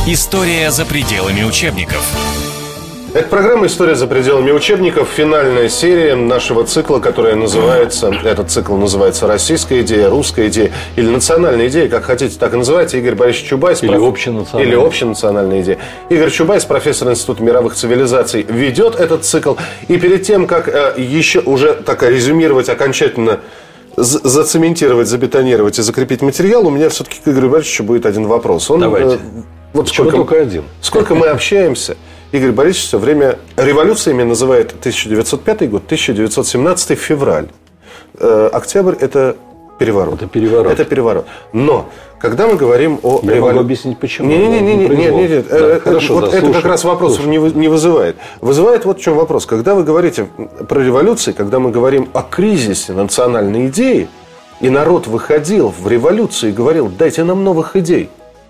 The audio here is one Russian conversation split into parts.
История за пределами учебников. Это программа «История за пределами учебников», финальная серия нашего цикла, которая называется, этот цикл называется «Российская идея», «Русская идея» или «Национальная идея», как хотите, так и называйте. Игорь Борисович Чубайс. Или общенациональная. Или общенациональная идея. Игорь Чубайс, профессор Института мировых цивилизаций, ведет этот цикл. И перед тем, как еще уже так резюмировать окончательно, зацементировать, забетонировать и закрепить материал, у меня все-таки к Игорю Борисовичу будет один вопрос. Давайте. Почему только один? Сколько мы общаемся, Игорь Борисович все время революциями называет 1905 год, 1917 февраль. Октябрь – это переворот. Это переворот. Но, когда мы говорим о революции... Я могу объяснить, почему. Нет. Хорошо, вот это как раз вопросов не вызывает. Вызывает вот в чем вопрос. Когда вы говорите про революции, когда мы говорим о кризисе национальной идеи, и народ выходил в революцию и говорил: дайте нам новых идей.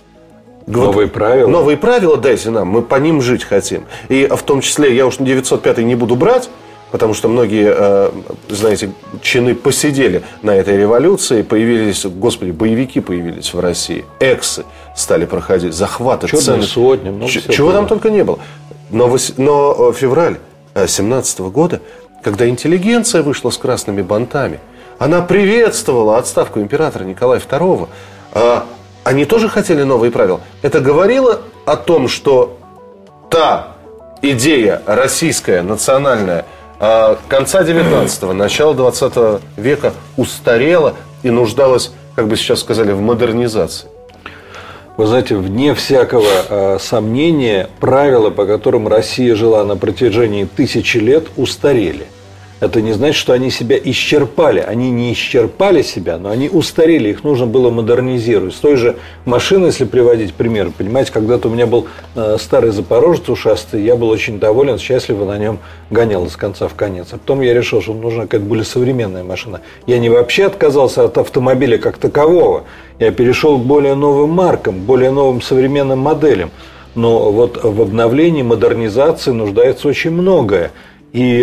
Новые правила. Новые правила дайте нам, мы по ним жить хотим. И в том числе, я уж 905 не буду брать, потому что многие, знаете, чины посидели на этой революции. Появились, господи, боевики появились в России. Эксы стали проходить, захваты, цены. Сотни, чего там только не было. Но февраль 17 года, когда интеллигенция вышла с красными бантами, она приветствовала отставку императора Николая II. Они тоже хотели новые правила. Это говорило о том, что та идея российская, национальная, конца 19-го, начала 20 века устарела и нуждалась, как бы сейчас сказали, в модернизации. Вы знаете, вне всякого сомнения, правила, по которым Россия жила на протяжении тысячи лет, устарели. Это не значит, что они себя исчерпали. Они не исчерпали себя, но они устарели. Их нужно было модернизировать. С той же машины, если приводить пример, понимаете, когда-то у меня был старый Запорожец ушастый, я был очень доволен, счастлив, и на нем гонял из конца в конец. А потом я решил, что нужна какая-то более современная машина. Я не вообще отказался от автомобиля как такового. Я перешел к более новым маркам, более новым современным моделям. Но вот в обновлении, модернизации нуждается очень многое. И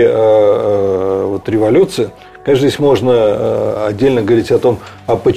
вот революция, конечно, здесь можно отдельно говорить о том,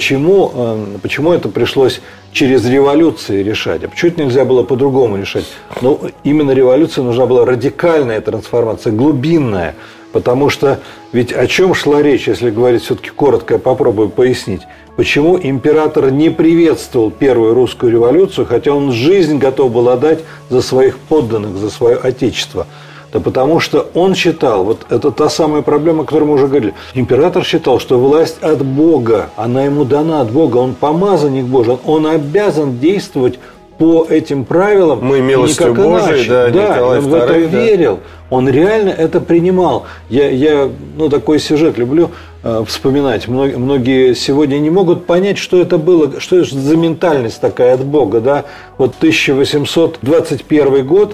почему это пришлось через революции решать, а почему это нельзя было по-другому решать. Но именно революция нужна была радикальная трансформация, глубинная, потому что ведь о чем шла речь, если говорить все-таки коротко, я попробую пояснить. Почему император не приветствовал первую русскую революцию, хотя он жизнь готов был отдать за своих подданных, за свое отечество? Да потому что он считал, вот это та самая проблема, о которой мы уже говорили. Император считал, что власть от Бога, она ему дана от Бога, он помазанник Божий, он обязан действовать по этим правилам. Мы милостью Божией, Николай II, он в это верил, он реально это принимал. Я такой сюжет люблю вспоминать. Многие сегодня не могут понять, что это было, что это за ментальность такая от Бога. Да? Вот 1821 год.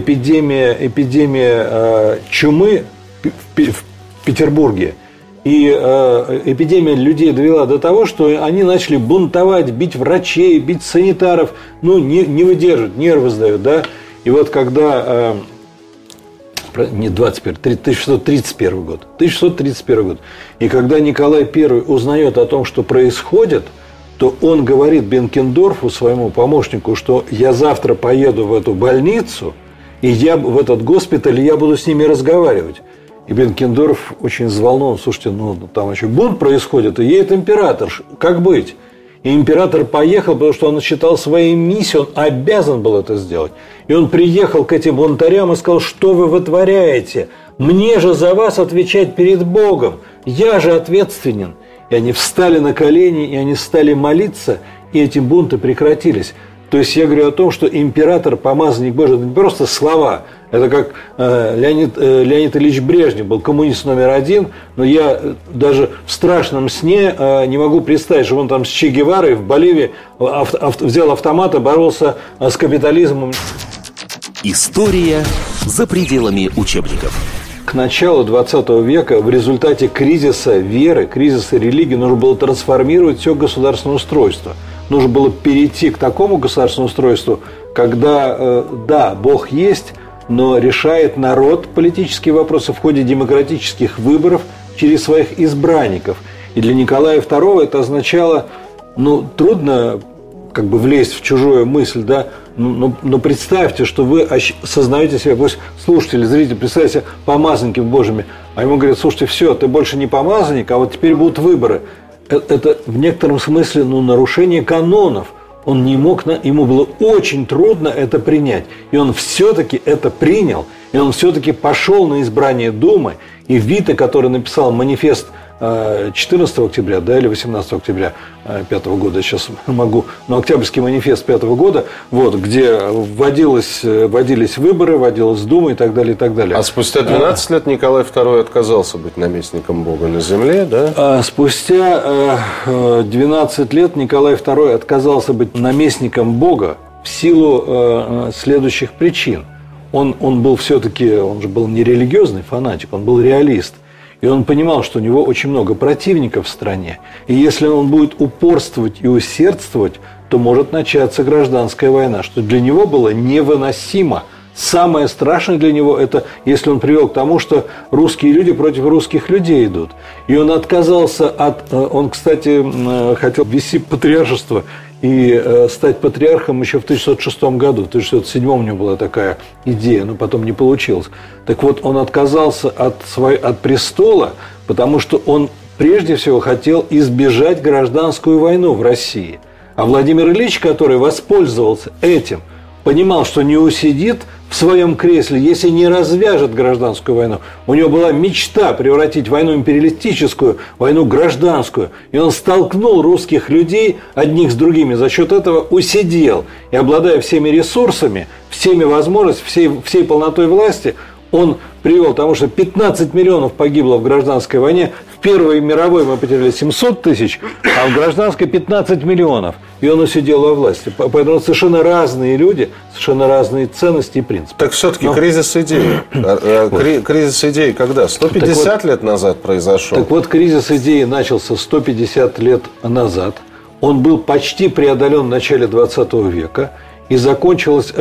Эпидемия чумы в Петербурге. И эпидемия людей довела до того, что они начали бунтовать, бить врачей, бить санитаров. Не выдерживают, нервы сдают. Да? И вот когда... Не 1631 год. 1631 год. И когда Николай I узнает о том, что происходит, то он говорит Бенкендорфу, своему помощнику, что я завтра поеду в эту больницу, и я в этот госпиталь, и я буду с ними разговаривать. И Бенкендорф очень взволнован. Слушайте, там еще бунт происходит, и едет император. Как быть? И император поехал, потому что он считал своей миссией, он обязан был это сделать. И он приехал к этим бунтарям и сказал: что вы вытворяете? Мне же за вас отвечать перед Богом. Я же ответственен. И они встали на колени, и они стали молиться, и эти бунты прекратились. То есть я говорю о том, что император, помазанник Божий, это не просто слова. Это как Леонид Ильич Брежнев был коммунист номер один, но я даже в страшном сне не могу представить, что он там с Че Геварой в Боливии взял автомат и боролся с капитализмом. История за пределами учебников. К началу 20 века в результате кризиса веры, кризиса религии нужно было трансформировать все государственное устройство. Нужно было перейти к такому государственному устройству, когда, да, Бог есть, но решает народ политические вопросы в ходе демократических выборов через своих избранников. И для Николая II это означало, трудно влезть в чужую мысль, да, Но представьте, что вы сознаете себя, пусть слушатели, зрители, представьте себя помазанниками Божьими, а ему говорят: слушайте, все, ты больше не помазанник, а вот теперь будут выборы. Это в некотором смысле нарушение канонов. Он не мог, ему было очень трудно это принять. И он все-таки это принял, и он все-таки пошел на избрание Думы. И Вита, который написал манифест 14 октября, да, или 18 октября 5 года, сейчас могу, но Октябрьский манифест 5 года, вот, где вводились выборы, вводилась Дума и так далее, и так далее. А спустя 12 лет Николай II отказался быть наместником Бога на земле, да? Спустя 12 лет Николай II отказался быть наместником Бога в силу следующих причин. Он был все-таки, он же был не религиозный фанатик, он был реалист. И он понимал, что у него очень много противников в стране. И если он будет упорствовать и усердствовать, то может начаться гражданская война, что для него было невыносимо. Самое страшное для него – это если он привел к тому, что русские люди против русских людей идут. И он отказался Он, кстати, хотел ввести патриаршество и стать патриархом еще в 1606 году. В 1607 у него была такая идея, но потом не получилось. Так вот, он отказался от престола, потому что он прежде всего хотел избежать гражданскую войну в России. А Владимир Ильич, который воспользовался этим, понимал, что не усидит в своем кресле, если не развяжет гражданскую войну. У него была мечта превратить войну империалистическую в войну гражданскую. И он столкнул русских людей одних с другими. За счет этого усидел. И обладая всеми ресурсами, всеми возможностями, всей полнотой власти, он привел к тому, что 15 миллионов погибло в гражданской войне. В Первой мировой мы потеряли 700 тысяч, а в гражданской 15 миллионов. И он усидел во власти. Поэтому совершенно разные люди, совершенно разные ценности и принципы. Так все-таки кризис идеи. Кризис идеи когда? 150 лет назад произошел? Так вот, кризис идеи начался 150 лет назад. Он был почти преодолен в начале 20 века. И закончилось,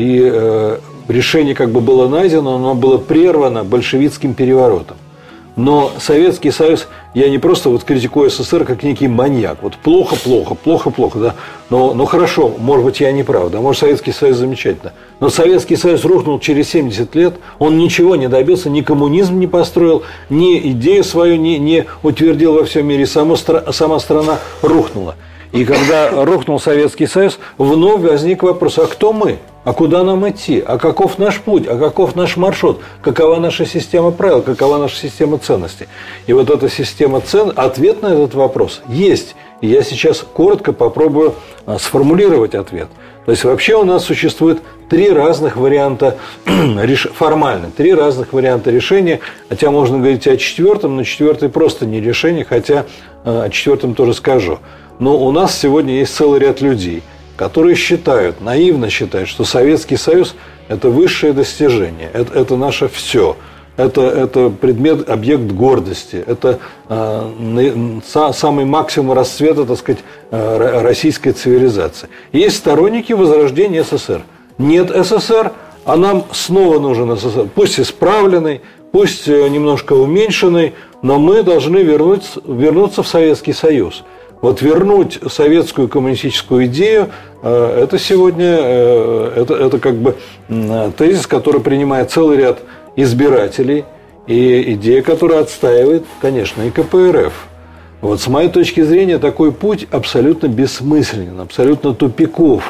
решение как бы было найдено, но оно было прервано большевистским переворотом. Но Советский Союз, я не просто критикую СССР как некий маньяк. Вот плохо, да. Но хорошо, может быть, я не прав, да, может, Советский Союз замечательно. Но Советский Союз рухнул через 70 лет, он ничего не добился, ни коммунизм не построил, ни идею свою не утвердил во всем мире, сама страна рухнула. И когда рухнул Советский Союз, вновь возник вопрос: а кто мы? А куда нам идти? А каков наш путь? А каков наш маршрут? Какова наша система правил? Какова наша система ценностей? И вот эта система ответ на этот вопрос есть. И я сейчас коротко попробую сформулировать ответ. То есть вообще у нас существует три разных варианта, формально, три разных варианта решения. Хотя можно говорить о четвертом, но четвертый просто не решение, хотя о четвертом тоже скажу. Но у нас сегодня есть целый ряд людей, которые наивно считают, что Советский Союз – это высшее достижение, это наше все, это предмет, объект гордости, это самый максимум расцвета, так сказать, российской цивилизации. Есть сторонники возрождения СССР. Нет СССР, а нам снова нужен СССР, пусть исправленный, пусть немножко уменьшенный, но мы должны вернуться в Советский Союз. Вот вернуть советскую коммунистическую идею, это сегодня это как бы тезис, который принимает целый ряд избирателей, и идея, которая отстаивает, конечно, и КПРФ. Вот с моей точки зрения, такой путь абсолютно бессмысленен, абсолютно тупиков.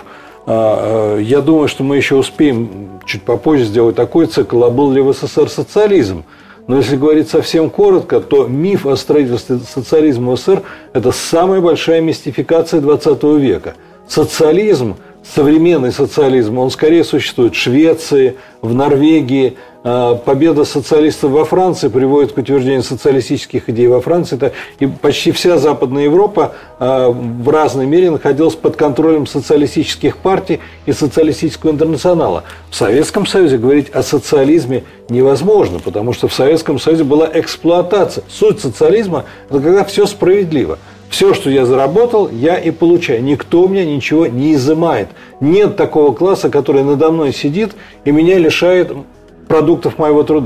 Я думаю, что мы еще успеем чуть попозже сделать такой цикл, а был ли в СССР социализм. Но если говорить совсем коротко, то миф о строительстве социализма в СССР – это самая большая мистификация 20 века. Социализм, современный социализм, он скорее существует в Швеции, в Норвегии. Победа социалистов во Франции приводит к утверждению социалистических идей во Франции. И почти вся Западная Европа в разной мере находилась под контролем социалистических партий и социалистического интернационала. В Советском Союзе говорить о социализме невозможно, потому что в Советском Союзе была эксплуатация. Суть социализма – это когда все справедливо. Все, что я заработал, я и получаю. Никто у меня ничего не изымает. Нет такого класса, который надо мной сидит и меня лишает продуктов моего труда.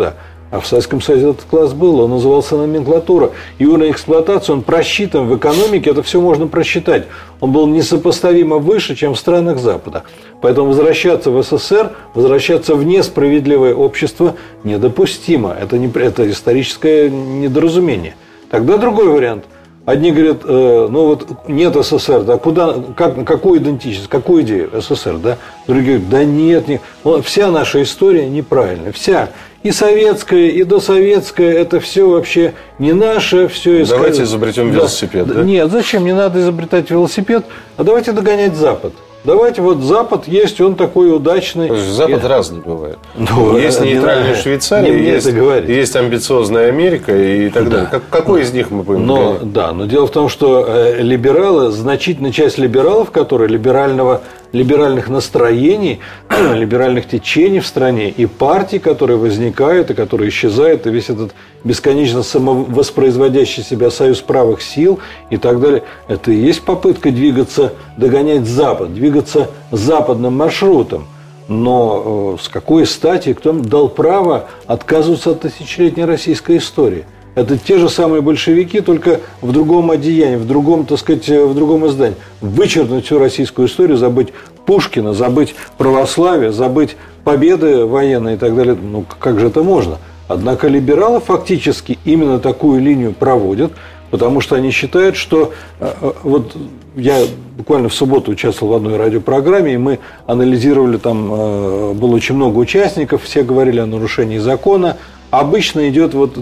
А в Советском Союзе этот класс был, он назывался номенклатура. И уровень эксплуатации, он просчитан в экономике, это все можно просчитать. Он был несопоставимо выше, чем в странах Запада. Поэтому возвращаться в СССР, возвращаться в несправедливое общество недопустимо. Это историческое недоразумение. Тогда другой вариант. Одни говорят, ну вот нет СССР, да, какую идентичность, какую идею СССР, да? Другие говорят, да нет, вся наша история неправильная, вся. И советская, и досоветская, это все вообще не наше, все. Давайте изобретем велосипед, да? Нет, зачем? Не надо изобретать велосипед, а давайте догонять Запад. Давайте, вот Запад есть, он такой удачный. Запад разный бывает. Есть нейтральная Швейцария, есть амбициозная Америка и так далее. Какой из них мы будем гонять? Да, но дело в том, что либералы, значительная часть либералов, которые либеральных настроений, либеральных течений в стране и партий, которые возникают и которые исчезают, и весь этот бесконечно самовоспроизводящий себя союз правых сил и так далее, это и есть попытка двигаться, догонять Запад, двигаться западным маршрутом. Но с какой стати, кто дал право отказываться от тысячелетней российской истории? Это те же самые большевики, только в другом одеянии, в другом, так сказать, в другом издании. Вычеркнуть всю российскую историю, забыть Пушкина, забыть православие, забыть победы военные и так далее. Ну, как же это можно? Однако либералы фактически именно такую линию проводят, потому что они считают, что... Вот я буквально в субботу участвовал в одной радиопрограмме, и мы анализировали, там было очень много участников, все говорили о нарушении закона. Обычно идет вот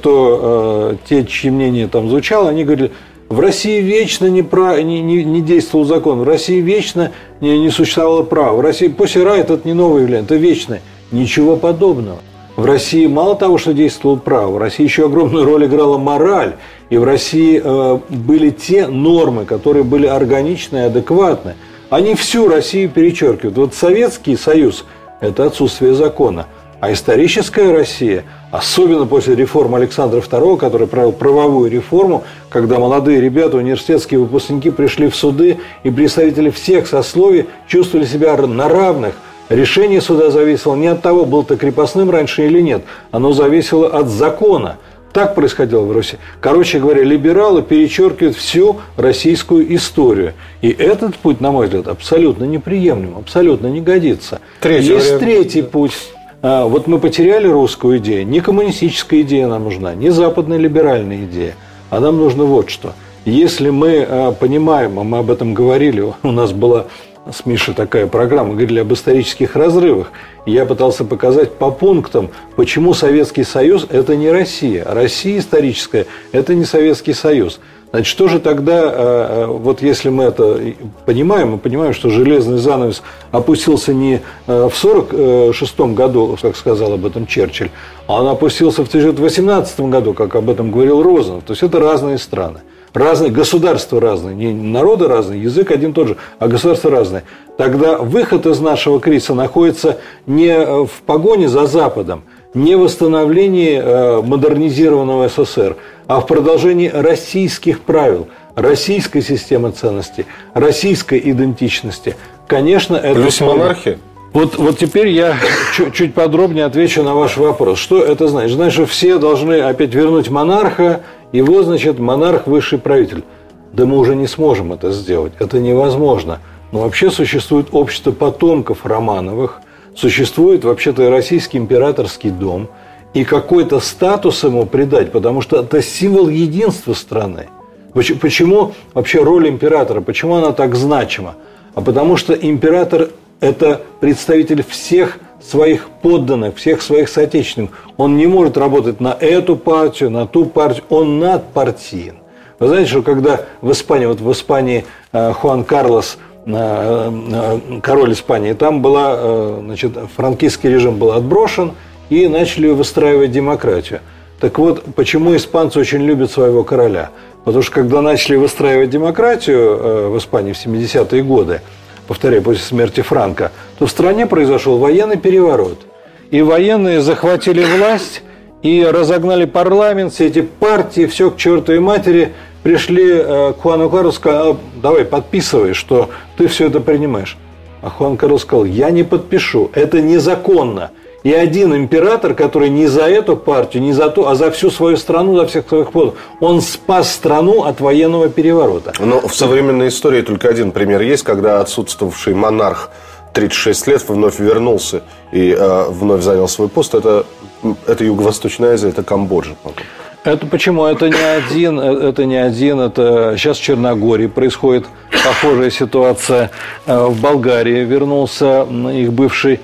те, чьи мнения там звучало, они говорили, в России вечно не действовал закон, в России вечно не существовало права, в России после рая это не новое явление, это вечное. Ничего подобного. В России мало того, что действовало право, в России еще огромную роль играла мораль, и в России были те нормы, которые были органичны и адекватны. Они всю Россию перечеркивают. Вот Советский Союз – это отсутствие закона. А историческая Россия, особенно после реформы Александра II, который провел правовую реформу, когда молодые ребята, университетские выпускники пришли в суды, и представители всех сословий чувствовали себя на равных. Решение суда зависело не от того, был ты крепостным раньше или нет, оно зависело от закона. Так происходило в Руси. Короче говоря, либералы перечеркивают всю российскую историю. И этот путь, на мой взгляд, абсолютно неприемлем, абсолютно не годится. Есть третий путь. Вот мы потеряли русскую идею. Не коммунистическая идея нам нужна, не западная либеральная идея. А нам нужно вот что. Если мы понимаем, а мы об этом говорили, у нас была с Мишей такая программа, говорили об исторических разрывах. И я пытался показать по пунктам, почему Советский Союз – это не Россия. А Россия историческая – это не Советский Союз. Значит, что же тогда, вот если мы это понимаем, мы понимаем, что железный занавес опустился не в 1946 году, как сказал об этом Черчилль, а он опустился в 1918 году, как об этом говорил Розанов. То есть это разные страны. Разные государства разные, не народы разные, язык один и тот же, а государства разные. Тогда выход из нашего кризиса находится не в погоне за Западом, не в восстановлении модернизированного СССР, а в продолжении российских правил, российской системы ценностей, российской идентичности. Конечно, это... Плюс монархия? Вот теперь я чуть подробнее отвечу на ваш вопрос. Что это значит? Значит, что все должны опять вернуть монарха, его, значит, монарх высший правитель. Да мы уже не сможем это сделать. Это невозможно. Но вообще существует общество потомков Романовых, существует вообще-то и Российский императорский дом, и какой-то статус ему придать, потому что это символ единства страны. Почему вообще роль императора, почему она так значима? А потому что император – это представитель всех своих подданных, всех своих соотечественников. Он не может работать на эту партию, на ту партию, он надпартиен. Вы знаете, что когда в Испании Хуан Карлос, король Испании, там была, значит, франкистский режим был отброшен, и начали выстраивать демократию. Так вот, почему испанцы очень любят своего короля? Потому что когда начали выстраивать демократию в Испании в 70-е годы, повторяю, после смерти Франко, то в стране произошел военный переворот. И военные захватили власть и разогнали парламент, все эти партии, все к чертовой матери, пришли к Хуану Карлосу, сказали: давай, подписывай, что ты все это принимаешь. А Хуан Карлос сказал: я не подпишу, это незаконно. И один император, который не за эту партию, не за ту, а за всю свою страну, за всех своих подданных, он спас страну от военного переворота. Но в современной истории только один пример есть, когда отсутствовавший монарх 36 лет вновь вернулся и вновь занял свой пост. Это Юго-Восточная Азия, это Камбоджа, по-моему. Это почему? Это не один, это сейчас в Черногории происходит похожая ситуация. В Болгарии вернулся их бывший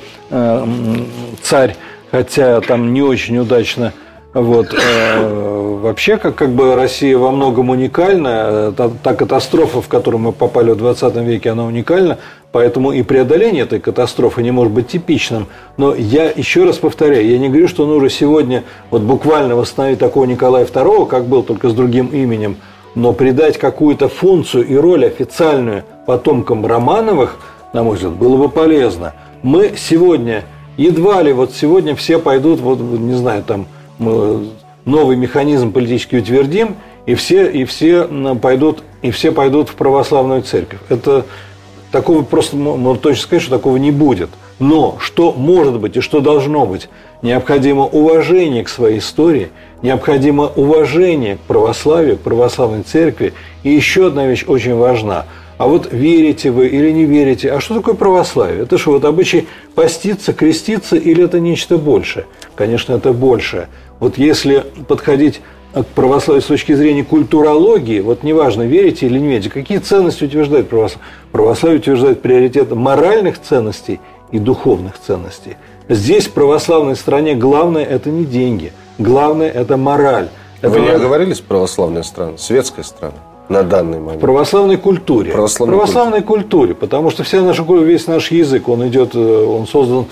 царь, хотя там не очень удачно. Вот. Вообще, как бы Россия во многом уникальна. Та катастрофа, в которую мы попали в 20 веке, она уникальна. Поэтому и преодоление этой катастрофы не может быть типичным. Но я еще раз повторяю, я не говорю, что нужно сегодня вот буквально восстановить такого Николая II, как был, только с другим именем, но придать какую-то функцию и роль официальную потомкам Романовых, на мой взгляд, было бы полезно. Мы сегодня, едва ли вот сегодня все пойдут, вот не знаю, там мы новый механизм политический утвердим, и все пойдут в православную церковь. Это такого просто, можно точно сказать, что такого не будет. Но что может быть и что должно быть? Необходимо уважение к своей истории, необходимо уважение к православию, к православной церкви. И еще одна вещь очень важна. А вот верите вы или не верите, а что такое православие? Это что, вот обычай поститься, креститься или это нечто большее? Конечно, это большее. Вот если подходить к православию с точки зрения культурологии, вот неважно, верите или не верите, какие ценности утверждает православие? Православие утверждает приоритет моральных ценностей и духовных ценностей. Здесь, в православной стране, главное – это не деньги, главное – это мораль. Вы не оговорились православная страна, светская страна? На данный момент. В православной культуре. Православной культуре, потому что весь наш язык, он создан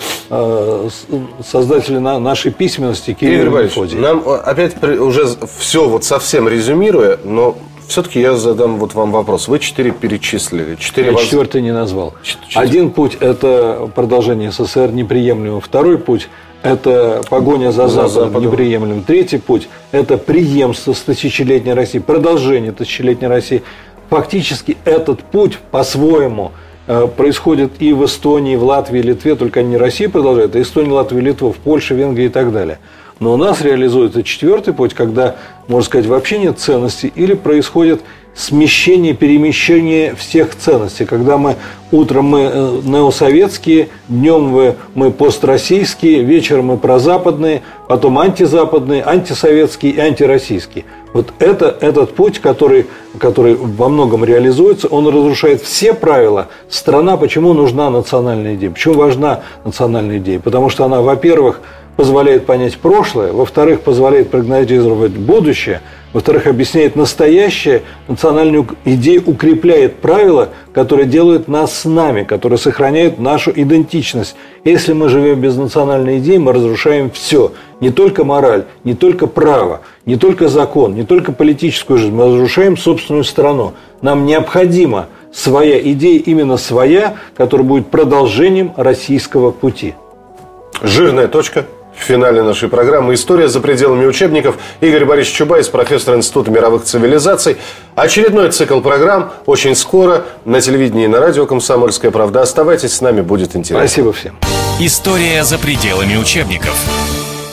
создателем нашей письменности Кирилл и Мефодий. Нам опять уже все вот совсем резюмируя, но все-таки я задам вот вам вопрос. Вы 4 перечислили. Я 4 не назвал. 4. Один путь – это продолжение СССР неприемлемо. Второй путь – это погоня за Западом неприемлемым. Третий путь – это преемство с тысячелетней России, продолжение тысячелетней России. Фактически этот путь по-своему происходит и в Эстонии, и в Латвии, и Литве, только не Россия продолжает, а Эстония, Латвия, Литва, в Польше, Венгрии и так далее. Но у нас реализуется 4 путь, когда, можно сказать, вообще нет ценностей, или происходит смещение, перемещение всех ценностей. Когда утром мы неосоветские, днем мы построссийские, вечером мы прозападные, потом антизападные, антисоветские и антироссийские. Вот этот путь, который во многом реализуется, он разрушает все правила. Страна, почему нужна национальная идея? Почему важна национальная идея? Потому что она, во-первых, позволяет понять прошлое, во-вторых, позволяет прогнозировать будущее, во-вторых, объясняет настоящее, национальную идею укрепляет правила, которые делают нас с нами, которые сохраняют нашу идентичность. Если мы живем без национальной идеи, мы разрушаем все. Не только мораль, не только право, не только закон, не только политическую жизнь. Мы разрушаем собственную страну. Нам необходима своя идея, именно своя, которая будет продолжением российского пути. Жирная точка. В финале нашей программы «История за пределами учебников» Игорь Борисович Чубайс, профессор Института мировых цивилизаций. Очередной цикл программ очень скоро на телевидении и на радио «Комсомольская правда». Оставайтесь с нами, будет интересно. Спасибо всем. «История за пределами учебников».